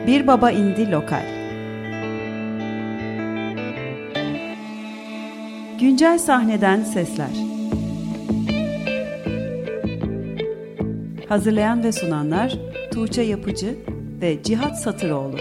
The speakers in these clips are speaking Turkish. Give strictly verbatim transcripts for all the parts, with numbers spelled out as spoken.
Bir Baba indi lokal. Güncel sahneden sesler. Hazırlayan ve sunanlar Tuğçe Yapıcı ve Cihat Satıroğlu.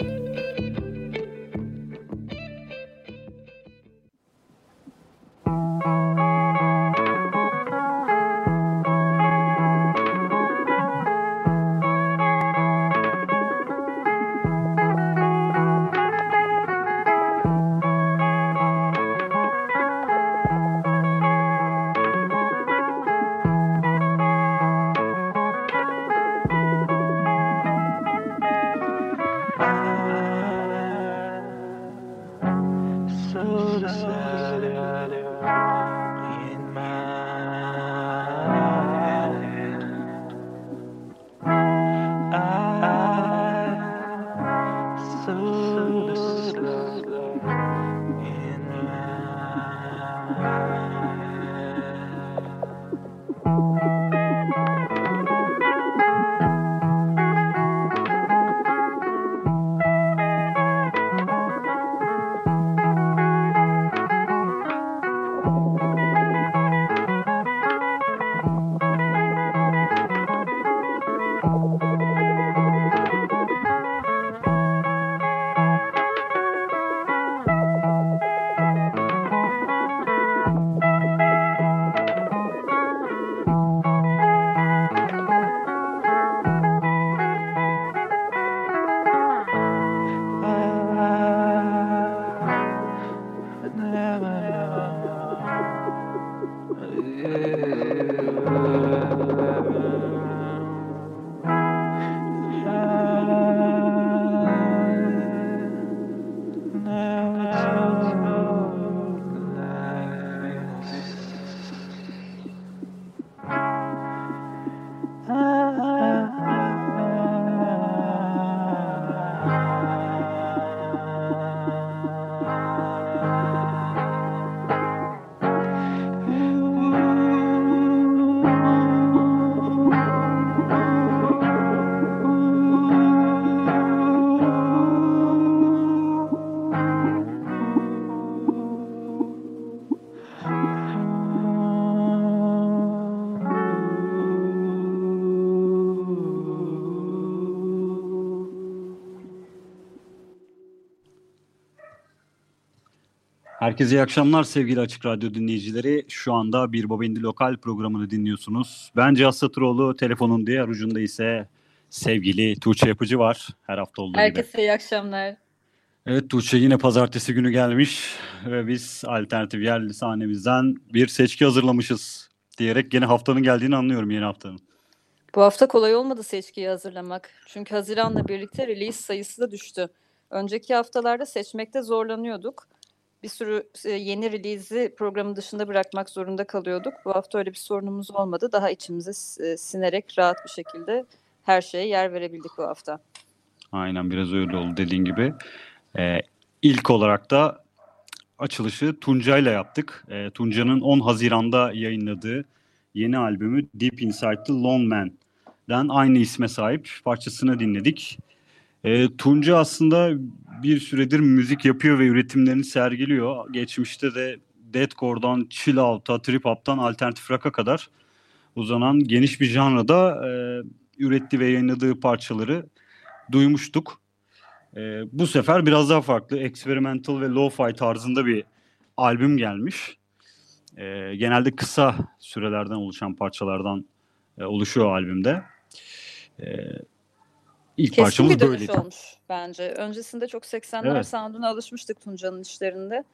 Herkese iyi akşamlar sevgili Açık Radyo dinleyicileri. Şu anda Bir Baba indi lokal programını dinliyorsunuz. Ben Cihat Satıroğlu, telefonun diğer ucunda ise sevgili Tuğçe Yapıcı var. Her hafta olduğu Herkese gibi. Herkese iyi akşamlar. Evet, Tuğçe yine pazartesi günü gelmiş ve biz alternatif yerli sahnemizden bir seçki hazırlamışız diyerek gene haftanın geldiğini anlıyorum, yeni haftanın. Bu hafta kolay olmadı seçkiyi hazırlamak. Çünkü Haziran'la birlikte release sayısı da düştü. Önceki haftalarda seçmekte zorlanıyorduk. Bir sürü yeni release'i programın dışında bırakmak zorunda kalıyorduk. Bu hafta öyle bir sorunumuz olmadı. Daha içimize sinerek rahat bir şekilde her şeye yer verebildik bu hafta. Aynen, biraz öyle oldu dediğin gibi. Ee, ilk olarak da açılışı Tuncay'la yaptık. Ee, Tuncay'ın on Haziran'da yayınladığı yeni albümü Deep Inside the Lone Man'den aynı isme sahip parçasını dinledik. E, Tunca aslında bir süredir müzik yapıyor ve üretimlerini sergiliyor. Geçmişte de deathcore'dan chill out'a, trip hop'tan alternatif rock'a kadar uzanan geniş bir janrada e, ürettiği ve yayınladığı parçaları duymuştuk. E, bu sefer biraz daha farklı, experimental ve lo-fi tarzında bir albüm gelmiş. E, genelde kısa sürelerden oluşan parçalardan e, oluşuyor albümde. E, İlk Keskin parçamız bir dönüş böyleydi. olmuş bence. Öncesinde çok seksenler Evet. sound'una alışmıştık Tunca'nın işlerinde.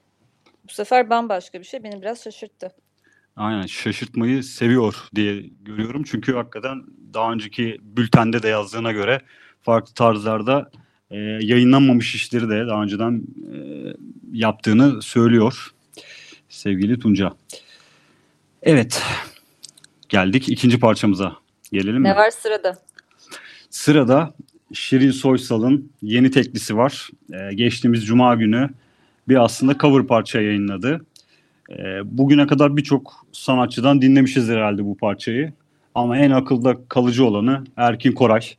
Bu sefer bambaşka bir şey. Beni biraz şaşırttı. Aynen, şaşırtmayı seviyor diye görüyorum. Çünkü hakikaten daha önceki bültende de yazdığına göre farklı tarzlarda e, yayınlanmamış işleri de daha önceden e, yaptığını söylüyor sevgili Tunca. Evet, geldik ikinci parçamıza. Gelelim Ne mi? var sırada? Sırada Şirin Soysal'ın yeni teklisi var. Ee, geçtiğimiz Cuma günü bir aslında cover parça yayınladı. Ee, bugüne kadar birçok sanatçıdan dinlemişiz herhalde bu parçayı. Ama en akılda kalıcı olanı Erkin Koray.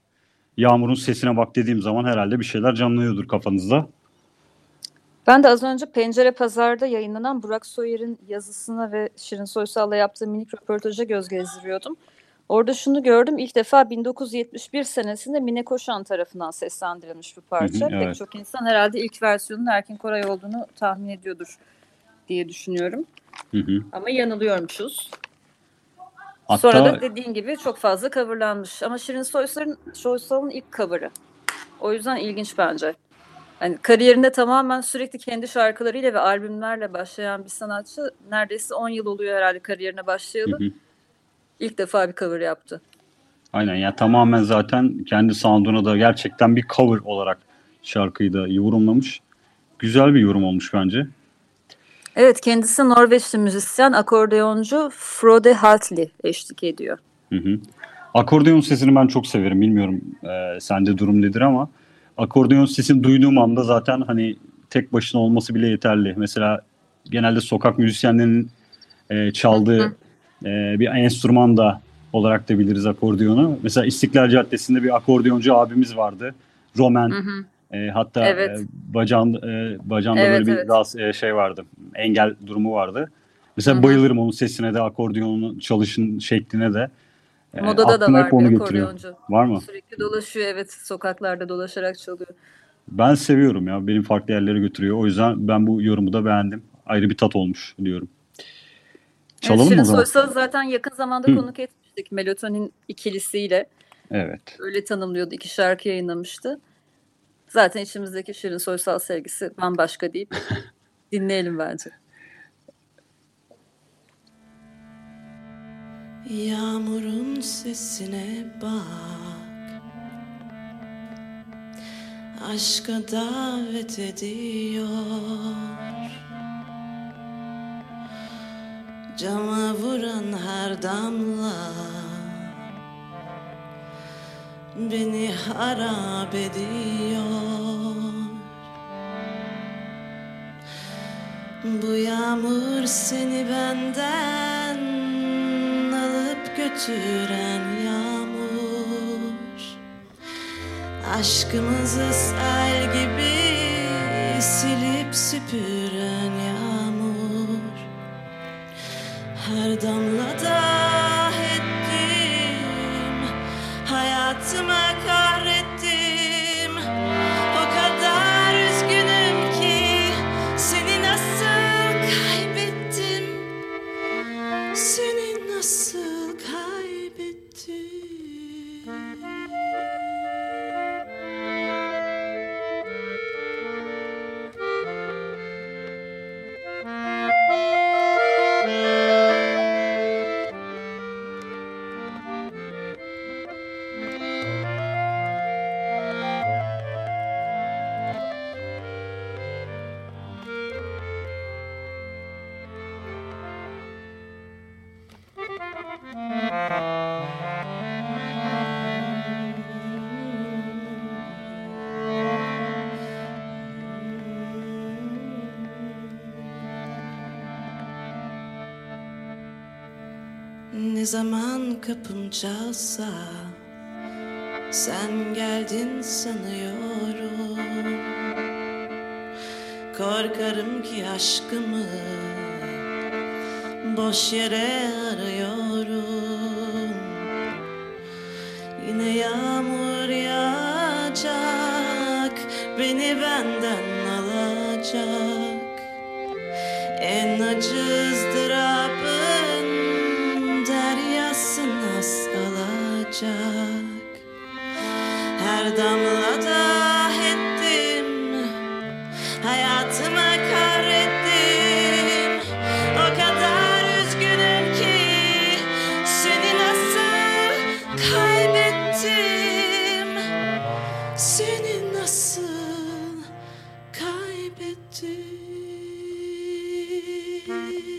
Yağmur'un sesine bak dediğim zaman herhalde bir şeyler canlanıyordur kafanızda. Ben de az önce Pencere Pazar'da yayınlanan Burak Soyer'in yazısına ve Şirin Soysal'la yaptığı minik röportaja göz gezdiriyordum. Orada şunu gördüm. İlk defa bin dokuz yüz yetmiş bir senesinde Mine Koşan tarafından seslendirilmiş bu parça. Hı hı, evet. Pek çok insan herhalde ilk versiyonun Erkin Koray olduğunu tahmin ediyordur diye düşünüyorum. Hı hı. Ama yanılıyormuşuz. Hatta... Sonra da dediğin gibi çok fazla coverlanmış. Ama Şirin Soysal'ın, Soysal'ın ilk cover'ı. O yüzden ilginç bence. Yani kariyerinde tamamen sürekli kendi şarkılarıyla ve albümlerle başlayan bir sanatçı, neredeyse on yıl oluyor herhalde kariyerine başlayalı. Hı hı. İlk defa bir cover yaptı. Aynen, yani tamamen zaten kendi sound'una da gerçekten bir cover olarak şarkıyı da yorumlamış. Güzel bir yorum olmuş bence. Evet, kendisi Norveçli müzisyen, akordeoncu Frode Hartli eşlik ediyor. Hı hı. Akordeon sesini ben çok severim. Bilmiyorum e, sende durum nedir ama akordeon sesini duyduğum anda zaten hani tek başına olması bile yeterli. Mesela genelde sokak müzisyenlerinin e, çaldığı e, bir enstrüman da olarak da biliriz akordeonu. Mesela İstiklal Caddesi'nde bir akordeoncu abimiz vardı. Roman. Hı hı. E, hatta evet. e, bacağın, e, bacağında evet, böyle bir evet. rahatsız, e, şey vardı. Engel durumu vardı. Mesela hı hı. bayılırım onun sesine de, akordeonun çalışın şekline de. E, Modada da var bir akordeoncu. Var mı? Sürekli dolaşıyor, evet, sokaklarda dolaşarak çalıyor. Ben seviyorum ya. Benim farklı yerlere götürüyor. O yüzden ben bu yorumu da beğendim. Ayrı bir tat olmuş diyorum. Çalalım evet, mı o zaman? Şirin Soysal'ı zaten yakın zamanda Hı. konuk etmiştik Melatonin ikilisiyle. Evet. Öyle tanımlıyordu. İki şarkı yayınlamıştı. Zaten içimizdeki Şirin Soysal sevgisi bambaşka deyip dinleyelim bence. Yağmurun sesine bak, aşka davet ediyor. Cama vuran her damla beni harap ediyor. Bu yağmur seni benden alıp götüren yağmur, aşkımızı sel gibi silip süpüren yağmur. Her damlada ettim, hayatıma kahrettim. O kadar üzgünüm ki seni nasıl kaybettim, seni nasıl kaybettim. Ne zaman kapım çalsa sen geldin sanıyorum. Korkarım ki aşkımı boş yere arıyorum. Yine yağmur yağacak, beni benden alacak. En acı ızdırabın deryasına salacak. Her damlada ettim, hayatıma kahrettim. O kadar üzgünüm ki seni nasıl kaybettim, seni nasıl kaybettim.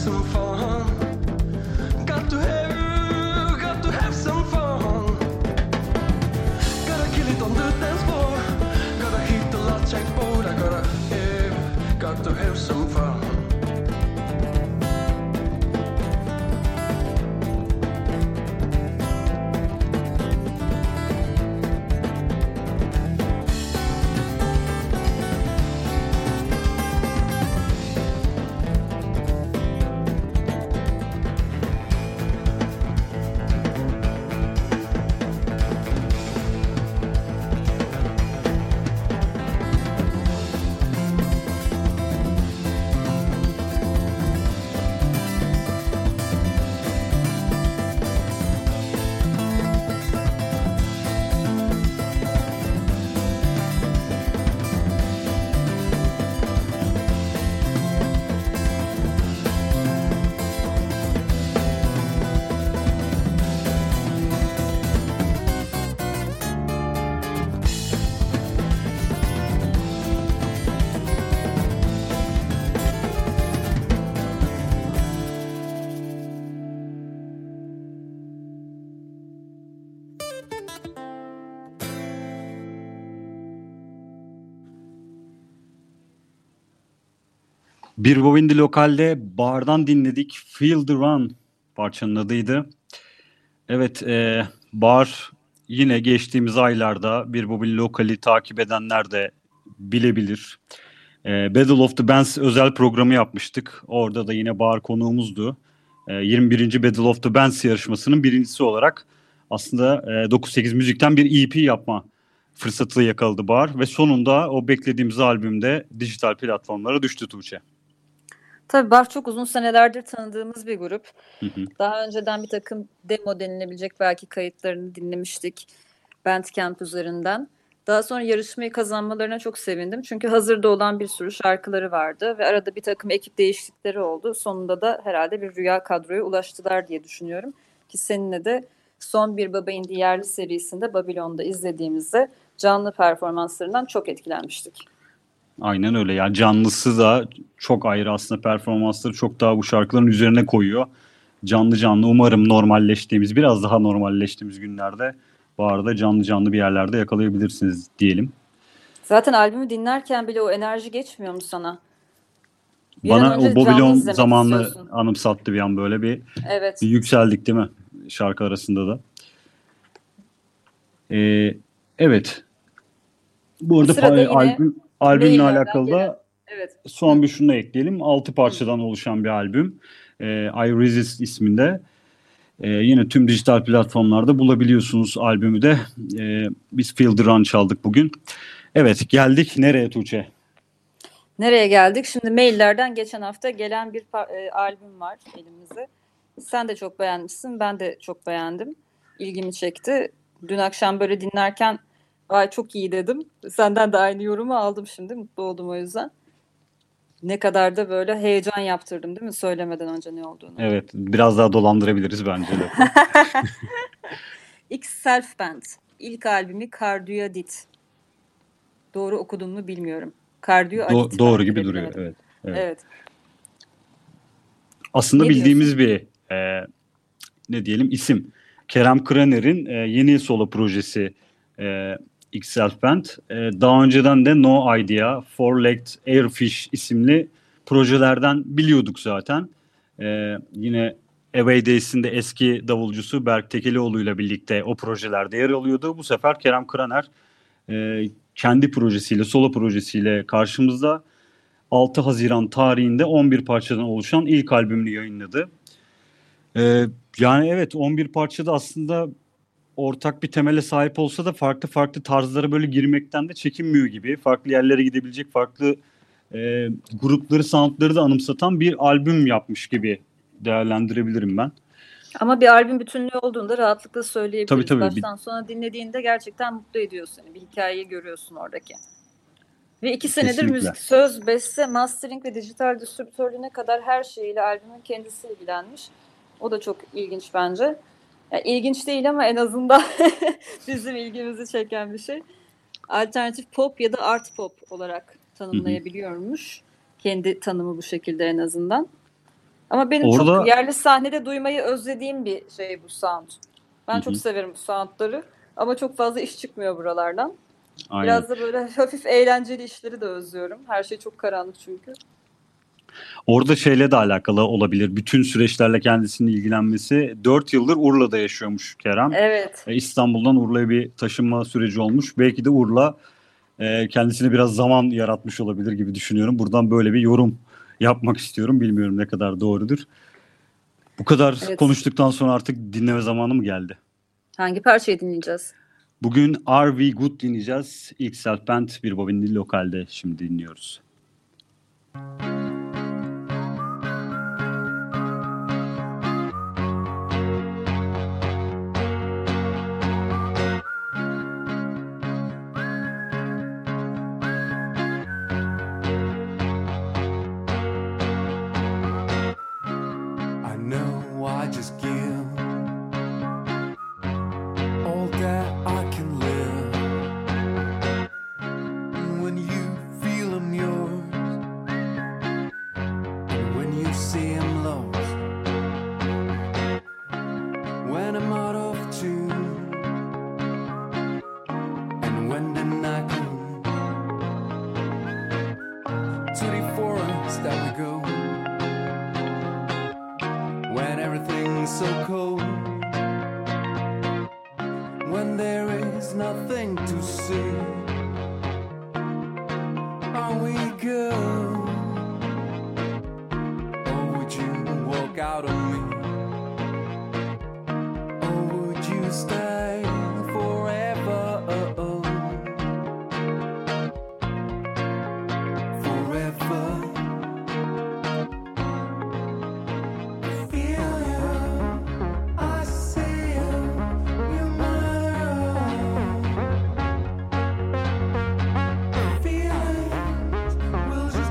some fun. Got to have, got to have some fun. Gotta kill it on the dance floor. Gotta hit the last checkpoint. I gotta have, got to have some fun. Bir Bobindi Lokal'de bardan dinledik. Feel the Run parçanın adıydı. Evet, e, bar yine geçtiğimiz aylarda Bir Bobindi Lokal'i takip edenler de bilebilir. E, Battle of the Bands özel programı yapmıştık. Orada da yine bar konuğumuzdu. E, yirmi birinci Battle of the Bands yarışmasının birincisi olarak aslında e, dokuz sekiz müzikten bir E P yapma fırsatı yakaladı bar. Ve sonunda o beklediğimiz albümde dijital platformlara düştü Tuğçe. Tabii Bar çok uzun senelerdir tanıdığımız bir grup. Hı hı. Daha önceden bir takım demo denilebilecek belki kayıtlarını dinlemiştik Bandcamp üzerinden. Daha sonra yarışmayı kazanmalarına çok sevindim. Çünkü hazırda olan bir sürü şarkıları vardı ve arada bir takım ekip değişiklikleri oldu. Sonunda da herhalde bir rüya kadroya ulaştılar diye düşünüyorum. Ki seninle de son bir Baba Indi yerli serisinde Babilon'da izlediğimizde canlı performanslarından çok etkilenmiştik. Aynen öyle. Yani canlısı da çok ayrı aslında, performansları çok daha bu şarkıların üzerine koyuyor. Canlı canlı, umarım normalleştiğimiz, biraz daha normalleştiğimiz günlerde bu arada canlı canlı bir yerlerde yakalayabilirsiniz diyelim. Zaten albümü dinlerken bile o enerji geçmiyor mu sana? Bir an Bana önce o canlı Babylon izlemek zamanını istiyorsun. anımsattı bir an, böyle bir, Evet. bir yükseldik değil mi şarkı arasında da. Ee, evet. Bu arada Sırada pa- yine albüm albümle maillerden alakalı gelen- da Evet. son bir şunu ekleyelim. altı parçadan oluşan bir albüm. Ee, I Resist isminde. Ee, yine tüm dijital platformlarda bulabiliyorsunuz albümü de. Ee, biz Feel the Run çaldık bugün. Evet, geldik nereye Tuğçe? Nereye geldik? Şimdi maillerden geçen hafta gelen bir pa- e, albüm var elimizde. Sen de çok beğenmişsin. Ben de çok beğendim. İlgimi çekti. Dün akşam böyle dinlerken ay çok iyi dedim. Senden de aynı yorumu aldım şimdi. Mutlu oldum o yüzden. Ne kadar da böyle heyecan yaptırdım değil mi? Söylemeden önce ne olduğunu. Evet, biraz daha dolandırabiliriz bence de. X Self Band. İlk albümü Kardiyodit. Doğru okudum mu bilmiyorum. Kardiyodit. Do- doğru gibi duruyor. Evet. Evet. Evet. Aslında Ne bildiğimiz bir e, ne diyelim isim. Kerem Kraner'in e, yeni solo projesi e, X Self Band. E, daha önceden de No Idea, Four Legged Airfish isimli projelerden biliyorduk zaten. E, yine Away Days'in de eski davulcusu Berk Tekelioğlu ile birlikte o projelerde yer alıyordu. Bu sefer Kerem Kraner e, kendi projesiyle, solo projesiyle karşımızda. altı Haziran tarihinde on bir parçadan oluşan ilk albümünü yayınladı. Ee, yani evet, on bir parçada aslında ortak bir temele sahip olsa da farklı farklı tarzlara böyle girmekten de çekinmiyor gibi. Farklı yerlere gidebilecek, farklı e, grupları, soundları da anımsatan bir albüm yapmış gibi değerlendirebilirim ben. Ama bir albüm bütünlüğü olduğunda rahatlıkla söyleyebiliriz. Tabii, tabii. Baştan sona dinlediğinde gerçekten mutlu ediyor seni. Bir hikayeyi görüyorsun oradaki. Ve iki senedir Kesinlikle. müzik, söz, beste, mastering ve dijital distribütörlüğüne kadar her şeyiyle albümün kendisi ilgilenmiş. O da çok ilginç bence. Yani ilginç değil ama en azından bizim ilgimizi çeken bir şey. Alternatif pop ya da art pop olarak tanımlayabiliyormuş. Kendi tanımı bu şekilde en azından. Ama benim Orada- çok yerli sahnede duymayı özlediğim bir şey bu sound. Ben Hı çok hı. severim bu soundları. Ama çok fazla iş çıkmıyor buralardan. Aynen. Biraz da böyle hafif eğlenceli işleri de özlüyorum. Her şey çok karanlık çünkü. Orada şeyle de alakalı olabilir. Bütün süreçlerle kendisinin ilgilenmesi. dört yıldır Urla'da yaşıyormuş Kerem. Evet. E, İstanbul'dan Urla'ya bir taşınma süreci olmuş. Belki de Urla e, kendisine biraz zaman yaratmış olabilir gibi düşünüyorum. Buradan böyle bir yorum yapmak istiyorum. Bilmiyorum ne kadar doğrudur. Bu kadar Evet. konuştuktan sonra artık dinleme zamanı mı geldi? Hangi parçayı dinleyeceğiz? Bugün Are We Good dinleyeceğiz. İlk Self Band bir bobinli lokalde şimdi dinliyoruz. I know I just give all that I can live. And when you feel I'm yours, and when you see I'm lost, when I'm out of tune, and when the night comes, to the forest that we go. When everything's so cold, when there is nothing to see, are we good? Or would you walk out on me? Or would you stay forever? Forever. Feelings will just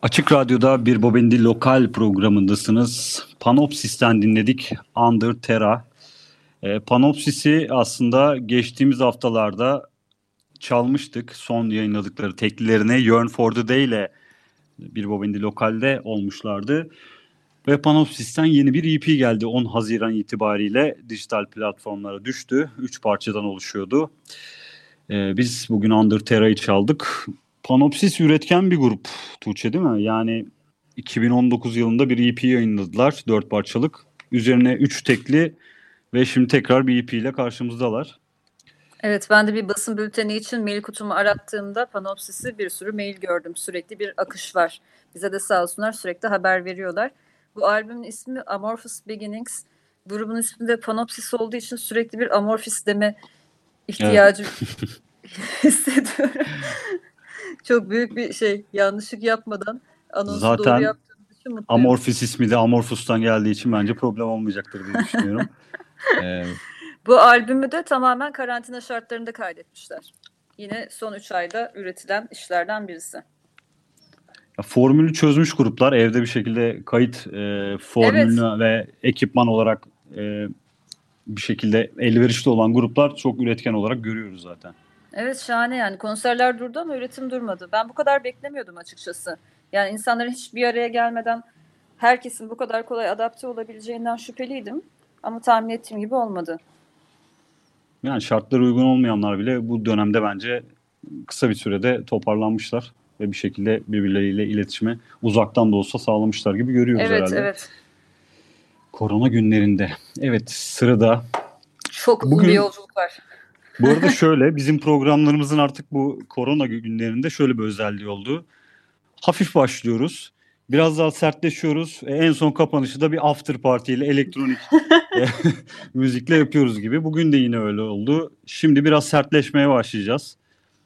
Açık Radyo'da Bir Bobendi Lokal programındasınız. Panopsis'ten dinledik Under Terra. E, Panopsis'i aslında geçtiğimiz haftalarda çalmıştık. Son yayınladıkları teklilerine Yearn for the Day ile Bir Bobendi Lokal'de olmuşlardı. Ve Panopsis'ten yeni bir E P geldi. on Haziran itibariyle dijital platformlara düştü. Üç parçadan oluşuyordu. E, biz bugün Under Terra'yı çaldık. Panopsis üretken bir grup Tuğçe, değil mi? Yani iki bin on dokuz yılında bir E P yayınladılar. Dört parçalık. Üzerine üç tekli ve şimdi tekrar bir E P ile karşımızdalar. Evet, ben de bir basın bülteni için mail kutumu arattığımda Panopsis'i bir sürü mail gördüm. Sürekli bir akış var. Bize de sağ olsunlar sürekli haber veriyorlar. Bu albümün ismi Amorphous Beginnings. Grubun ismi de Panopsis olduğu için sürekli bir Amorphis deme ihtiyacı evet. hissediyorum. Çok büyük bir şey. Yanlışlık yapmadan anonsu Zaten doğru yaptığımız için mutluyum. Amorphis ismi de Amorphus'tan geldiği için bence problem olmayacaktır diye düşünüyorum. ee, Bu albümü de tamamen karantina şartlarında kaydetmişler. Yine son üç ayda üretilen işlerden birisi. Ya, formülü çözmüş gruplar. Evde bir şekilde kayıt e, formülünü evet. ve ekipman olarak e, bir şekilde elverişli olan gruplar çok üretken olarak görüyoruz zaten. Evet, şahane yani. Konserler durdu ama üretim durmadı. Ben bu kadar beklemiyordum açıkçası. Yani insanların hiç bir araya gelmeden herkesin bu kadar kolay adapte olabileceğinden şüpheliydim. Ama tahmin ettiğim gibi olmadı. Yani şartlara uygun olmayanlar bile bu dönemde bence kısa bir sürede toparlanmışlar. Ve bir şekilde birbirleriyle iletişimi uzaktan da olsa sağlamışlar gibi görüyoruz evet, herhalde. Evet, evet. Korona günlerinde. Evet, sırada. Çok uzun bir yolculuk var. Bu arada şöyle, bizim programlarımızın artık bu korona günlerinde şöyle bir özelliği oldu. Hafif başlıyoruz. Biraz daha sertleşiyoruz. En son kapanışı da bir after party ile elektronik müzikle yapıyoruz gibi. Bugün de yine öyle oldu. Şimdi biraz sertleşmeye başlayacağız.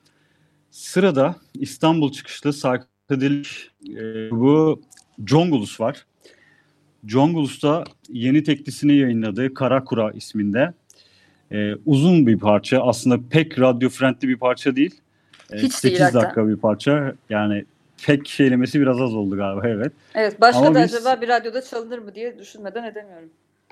Sırada İstanbul çıkışlı psychedelic e, bu Jongulus var. Jongulus da yeni teklisini yayınladığı Karakura isminde. E, uzun bir parça. Aslında pek radyo friendly bir parça değil. E, Hiç sekiz değil dakika hatta. bir parça. Yani pek şeylemesi biraz az oldu galiba, evet. Evet, başka Ama da biz, acaba bir radyoda çalınır mı diye düşünmeden edemiyorum.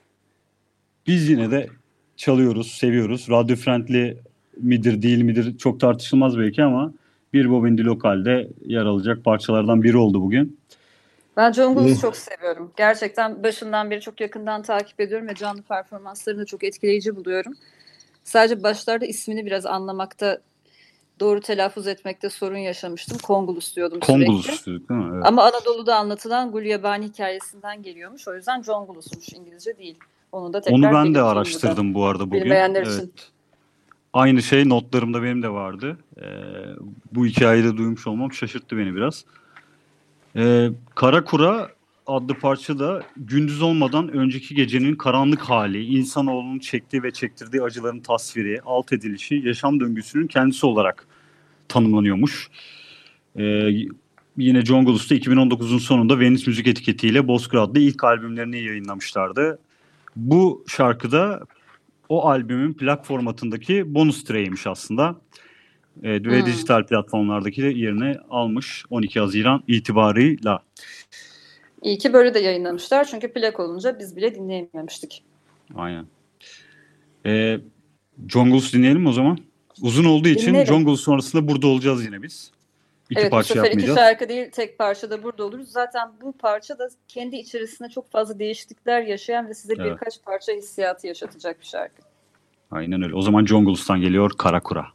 Biz yine de çalıyoruz, seviyoruz. Radyo friendly midir değil midir çok tartışılmaz belki ama Bir Bobendi Lokal'de yer alacak parçalardan biri oldu bugün. Ben Jongulus'u çok seviyorum. Gerçekten başından beri çok yakından takip ediyorum ve canlı performanslarını da çok etkileyici buluyorum. Sadece başlarda ismini biraz anlamakta, doğru telaffuz etmekte sorun yaşamıştım. Kongulus diyordum Kongulus sürekli. dedik değil mi? Evet. Ama Anadolu'da anlatılan Gulyabani hikayesinden geliyormuş. O yüzden Jongulus'muş, İngilizce değil. Onu da tekrar Onu ben de belirteyim araştırdım burada, bu arada bugün. bilmeyenler evet. için. Aynı şey notlarımda benim de vardı. Ee, bu hikayeyi de duymuş olmam şaşırttı beni biraz. Ee, Karakura adlı parça da gündüz olmadan önceki gecenin karanlık hali, insanoğlunun çektiği ve çektirdiği acıların tasviri, alt edilişi, yaşam döngüsünün kendisi olarak tanımlanıyormuş. Ee, yine Jongulus da iki bin on dokuzun sonunda Venice Müzik etiketiyle Bozkır adlı ilk albümlerini yayınlamışlardı. Bu şarkıda o albümün plak formatındaki bonus track'iymiş aslında. Ee, ve hmm. dijital platformlardaki de yerini almış on iki Haziran itibarıyla. İyi ki böyle de yayınlamışlar. Çünkü plak olunca biz bile dinleyememiştik. Aynen. Ee, Jongulus dinleyelim mi o zaman? Uzun olduğu için Dinleyelim. Jongulus sonrasında burada olacağız yine biz. İki evet, parça bu sefer yapmayacağız. iki şarkı değil, tek parçada burada oluruz. Zaten bu parça da kendi içerisinde çok fazla değişiklikler yaşayan ve size evet. birkaç parça hissiyatı yaşatacak bir şarkı. Aynen öyle. O zaman Jongulus'tan geliyor Karakura.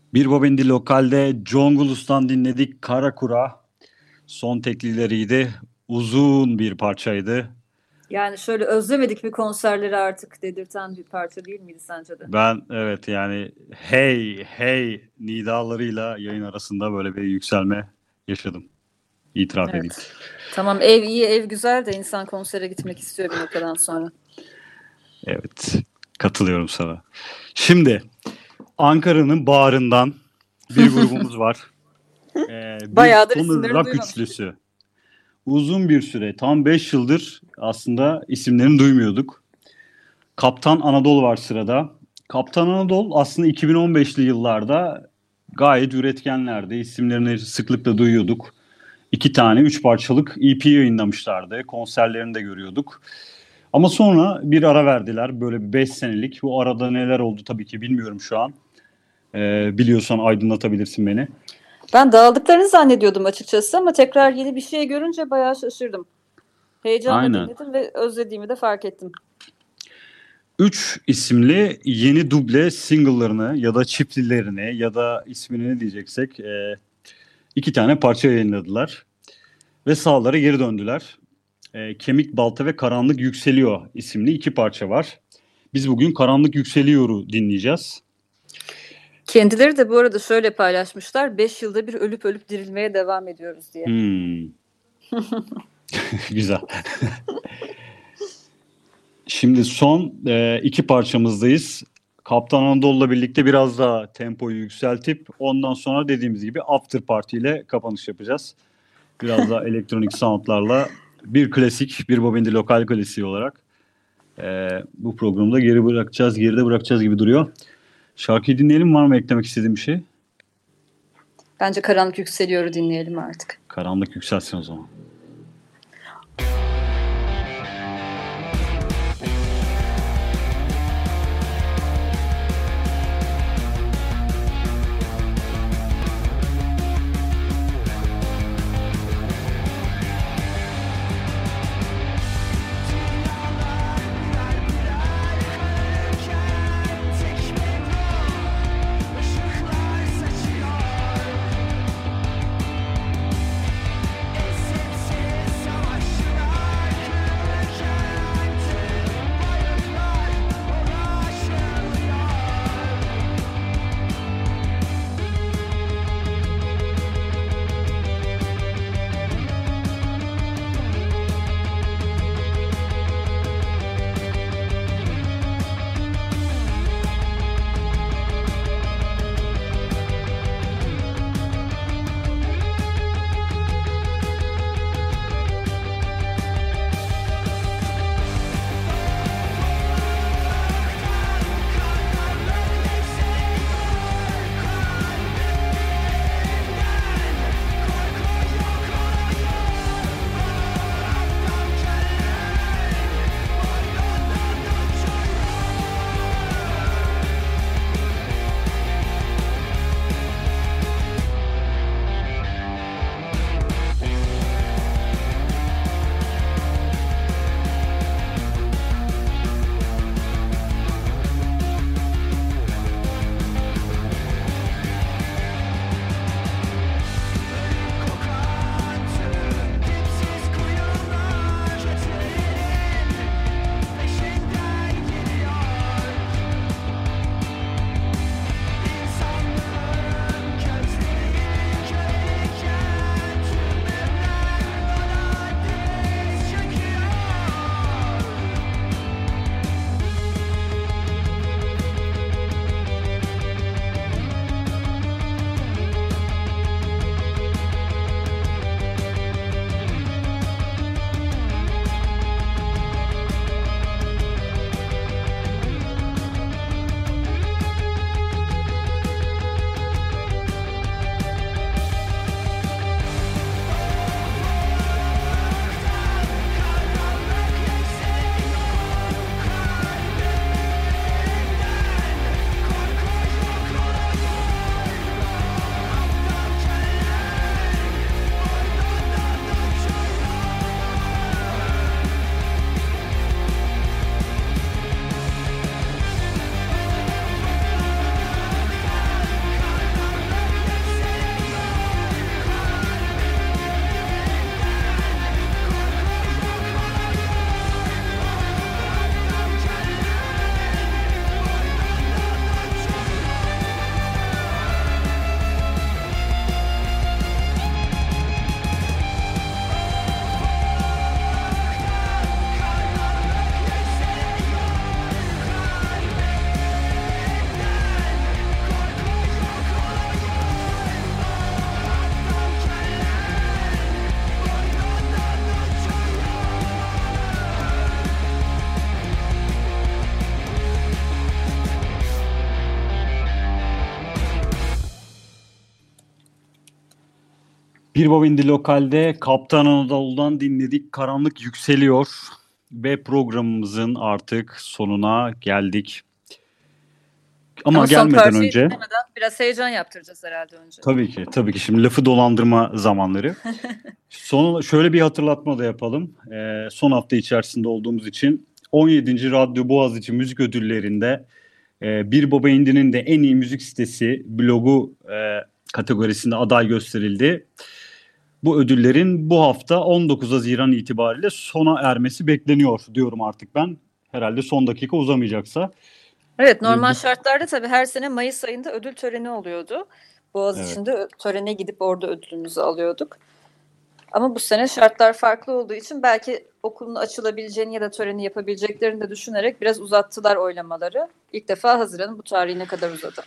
Bir Bobendi Lokal'de John Gulus'tan dinledik Kara Kura. Son teklileriydi. Uzun bir parçaydı. Yani şöyle özlemedik mi konserleri artık dedirten bir parça değil miydi sence de? Ben evet yani hey hey nidalarıyla yayın arasında böyle bir yükselme yaşadım. İtiraf edeyim. Evet. Tamam, ev iyi, ev güzel de insan konsere gitmek istiyor bir noktadan sonra. Evet, katılıyorum sana. Şimdi Ankara'nın bağrından bir grubumuz var. Ee, bir Bayağıdır stoner isimlerini rock duymamıştım. üçlüsü. Uzun bir süre, tam beş yıldır aslında isimlerini duymuyorduk. Kaptan Anadolu var sırada. Kaptan Anadolu aslında iki bin on beşli yıllarda gayet üretkenlerdi. İsimlerini sıklıkla duyuyorduk. İki tane üç parçalık E P yayınlamışlardı. Konserlerini de görüyorduk. Ama sonra bir ara verdiler. Böyle bir beş senelik. Bu arada neler oldu tabii ki bilmiyorum şu an. Ee, biliyorsan aydınlatabilirsin beni. Ben dağıldıklarını zannediyordum açıkçası ama tekrar yeni bir şey görünce bayağı şaşırdım. Heyecanla Aynen. dinledim ve özlediğimi de fark ettim. Üç isimli yeni duble single'larını ya da çiftlilerini ya da ismini ne diyeceksek e, iki tane parça yayınladılar. Ve sahalara geri döndüler. E, Kemik Balta ve Karanlık Yükseliyor isimli iki parça var. Biz bugün Karanlık Yükseliyor'u dinleyeceğiz. Kendileri de bu arada şöyle paylaşmışlar. beş yılda bir ölüp ölüp dirilmeye devam ediyoruz diye. Hmm. Güzel. Şimdi son e, iki parçamızdayız. Kaptan Anadolu'la birlikte biraz daha tempoyu yükseltip ondan sonra dediğimiz gibi After Party ile kapanış yapacağız. Biraz daha elektronik soundlarla bir klasik, bir Bobendi Lokal klasiği olarak e, bu programı da geri bırakacağız, geride bırakacağız gibi duruyor. Şarkıyı dinleyelim, var mı eklemek istediğim bir şey? Bence Karanlık Yükseliyor'u dinleyelim artık. Karanlık yükselsin o zaman. Tek Bir Baba İndi Lokal'de Kaptan Anadolu'dan dinledik. Karanlık yükseliyor ve programımızın artık sonuna geldik. Ama, Ama son gelmeden parçayı önce dinlemeden biraz heyecan yaptıracağız herhalde önce. tabii ki tabii ki şimdi lafı dolandırma zamanları. Son şöyle bir hatırlatma da yapalım. Ee, son hafta içerisinde olduğumuz için on yedinci Radyo Boğaziçi Müzik Ödülleri'nde e, Bir Baba İndi'nin de en iyi müzik sitesi blogu e, kategorisinde aday gösterildi. Bu ödüllerin bu hafta on dokuz Haziran itibariyle sona ermesi bekleniyor diyorum artık ben. Herhalde son dakika uzamayacaksa. Evet, normal Bu- şartlarda tabii her sene Mayıs ayında ödül töreni oluyordu. Boğaziçi'nde ö- törene gidip orada ödülümüzü alıyorduk. Ama bu sene şartlar farklı olduğu için belki okulun açılabileceğini ya da töreni yapabileceklerini de düşünerek biraz uzattılar oylamaları. İlk defa Haziran'ın bu tarihine kadar uzadı.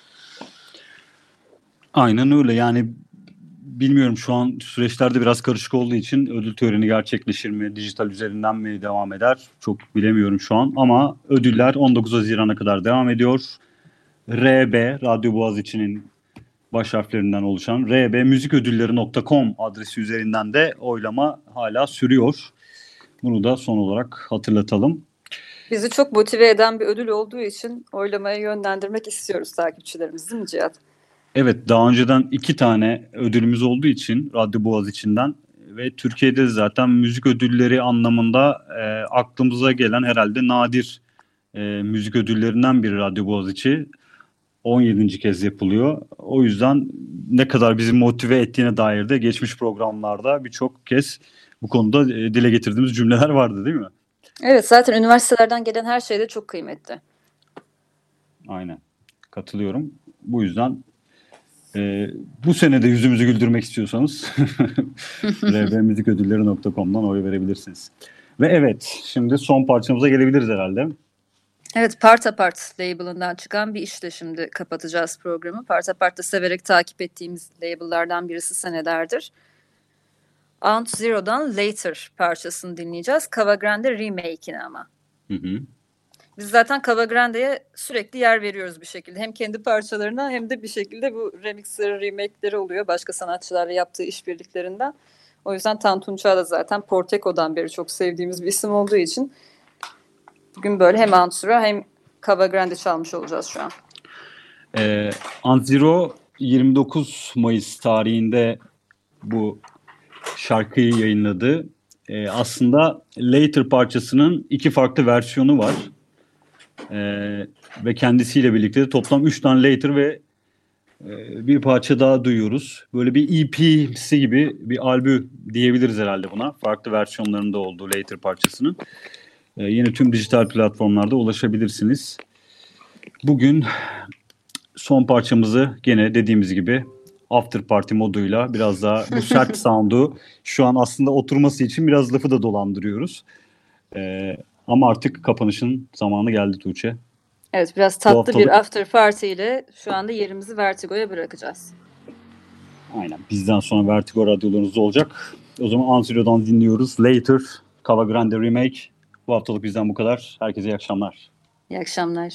Aynen öyle, yani bilmiyorum, şu an süreçlerde biraz karışık olduğu için ödül töreni gerçekleşir mi, dijital üzerinden mi devam eder çok bilemiyorum şu an, ama ödüller on dokuz Haziran'a kadar devam ediyor. R B, Radyo Boğaziçi'nin baş harflerinden oluşan r b müzik ödülleri nokta com adresi üzerinden de oylama hala sürüyor. Bunu da son olarak hatırlatalım. Bizi çok motive eden bir ödül olduğu için oylamaya yönlendirmek istiyoruz takipçilerimiz, değil mi Cihat? Evet, daha önceden iki tane ödülümüz olduğu için Radyo Boğaziçi'nden ve Türkiye'de zaten müzik ödülleri anlamında e, aklımıza gelen herhalde nadir e, müzik ödüllerinden biri Radyo Boğaziçi. on yedinci kez yapılıyor. O yüzden ne kadar bizi motive ettiğine dair de geçmiş programlarda birçok kez bu konuda e, dile getirdiğimiz cümleler vardı, değil mi? Evet, zaten üniversitelerden gelen her şey de çok kıymetli. Aynen. Katılıyorum. Bu yüzden e, bu sene de yüzümüzü güldürmek istiyorsanız r b müzik ödülleri nokta com'dan oy verebilirsiniz. Ve evet, şimdi son parçamıza gelebiliriz herhalde. Evet, Part Apart label'ından çıkan bir işle şimdi kapatacağız programı. Part Apart'ta severek takip ettiğimiz label'lardan birisi senelerdir. Aunt Zero'dan Later parçasını dinleyeceğiz. Cava Grande remake'ini ama. Hı hı. Biz zaten Cava Grande'ye sürekli yer veriyoruz bir şekilde. Hem kendi parçalarına hem de bir şekilde bu remixleri, remake'leri oluyor başka sanatçılarla yaptığı işbirliklerinden. O yüzden Tantun Çağ da zaten Porteko'dan beri çok sevdiğimiz bir isim olduğu için bugün böyle hem Aunt Zero hem Cava Grande çalmış olacağız şu an. Ee, Aunt Zero yirmi dokuz Mayıs tarihinde bu şarkıyı yayınladı. Ee, aslında Later parçasının iki farklı versiyonu var. Ee, ve kendisiyle birlikte de toplam üç tane Later ve e, bir parça daha duyuyoruz. Böyle bir E P'si gibi bir albüm diyebiliriz herhalde buna. Farklı versiyonlarında olduğu Later parçasının. Ee, yine tüm dijital platformlarda ulaşabilirsiniz. Bugün son parçamızı gene dediğimiz gibi After Party moduyla biraz daha bu sert sound'u şu an aslında oturması için biraz lafı da dolandırıyoruz. Ee, ama artık kapanışın zamanı geldi Tuğçe. Evet, biraz tatlı haftalık- bir after party ile şu anda yerimizi Vertigo'ya bırakacağız. Aynen. Bizden sonra Vertigo radyolarınızda olacak. O zaman Aunt Zero'dan dinliyoruz. Later, Cava Grande Remake. Bu haftalık bizden bu kadar. Herkese iyi akşamlar. İyi akşamlar.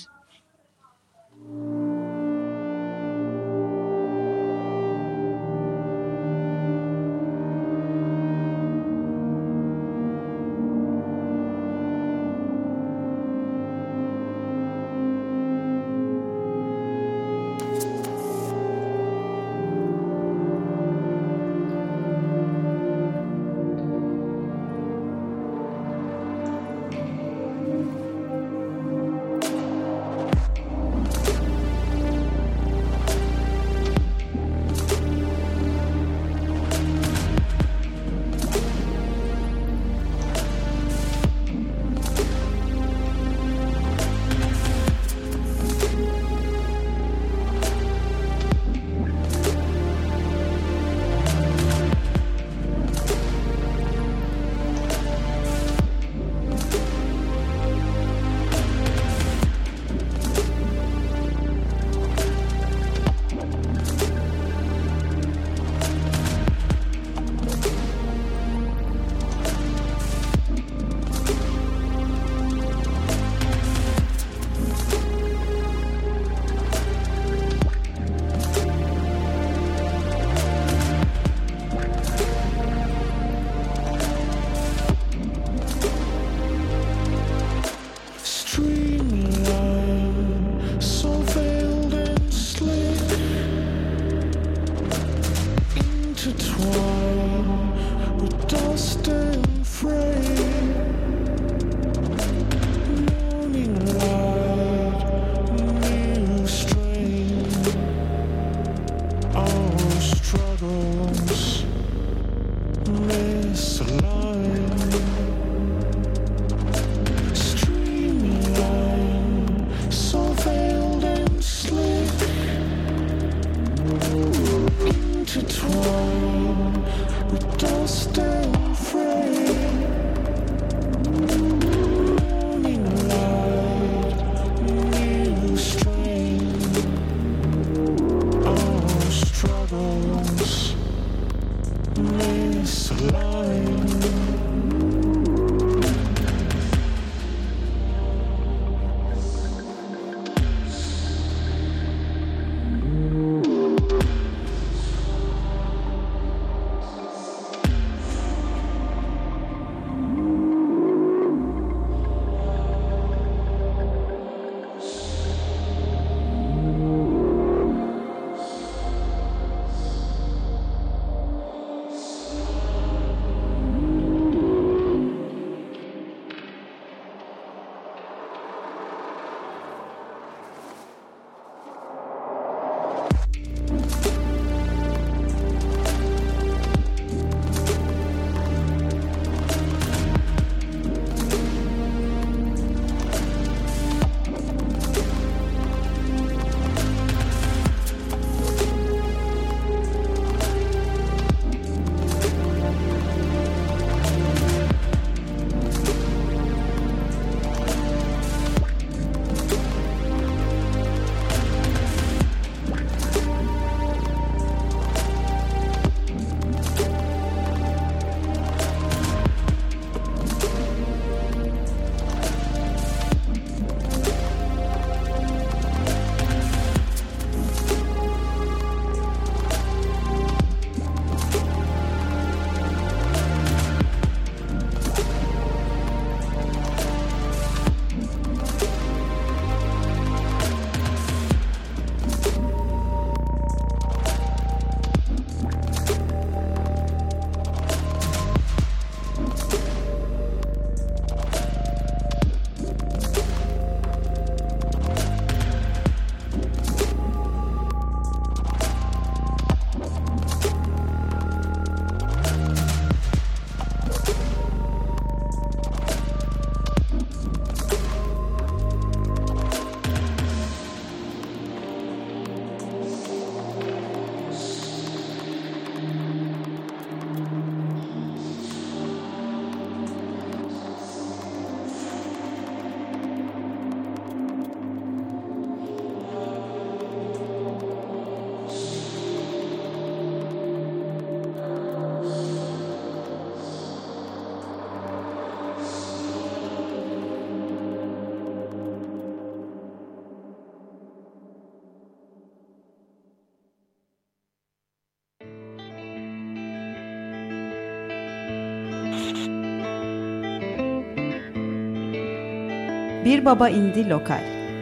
Bir Baba İndi Lokal.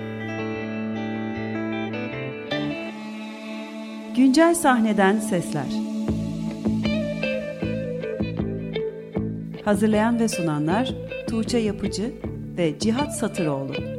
Güncel sahneden sesler. Hazırlayan ve sunanlar Tuğçe Yapıcı ve Cihat Satıroğlu.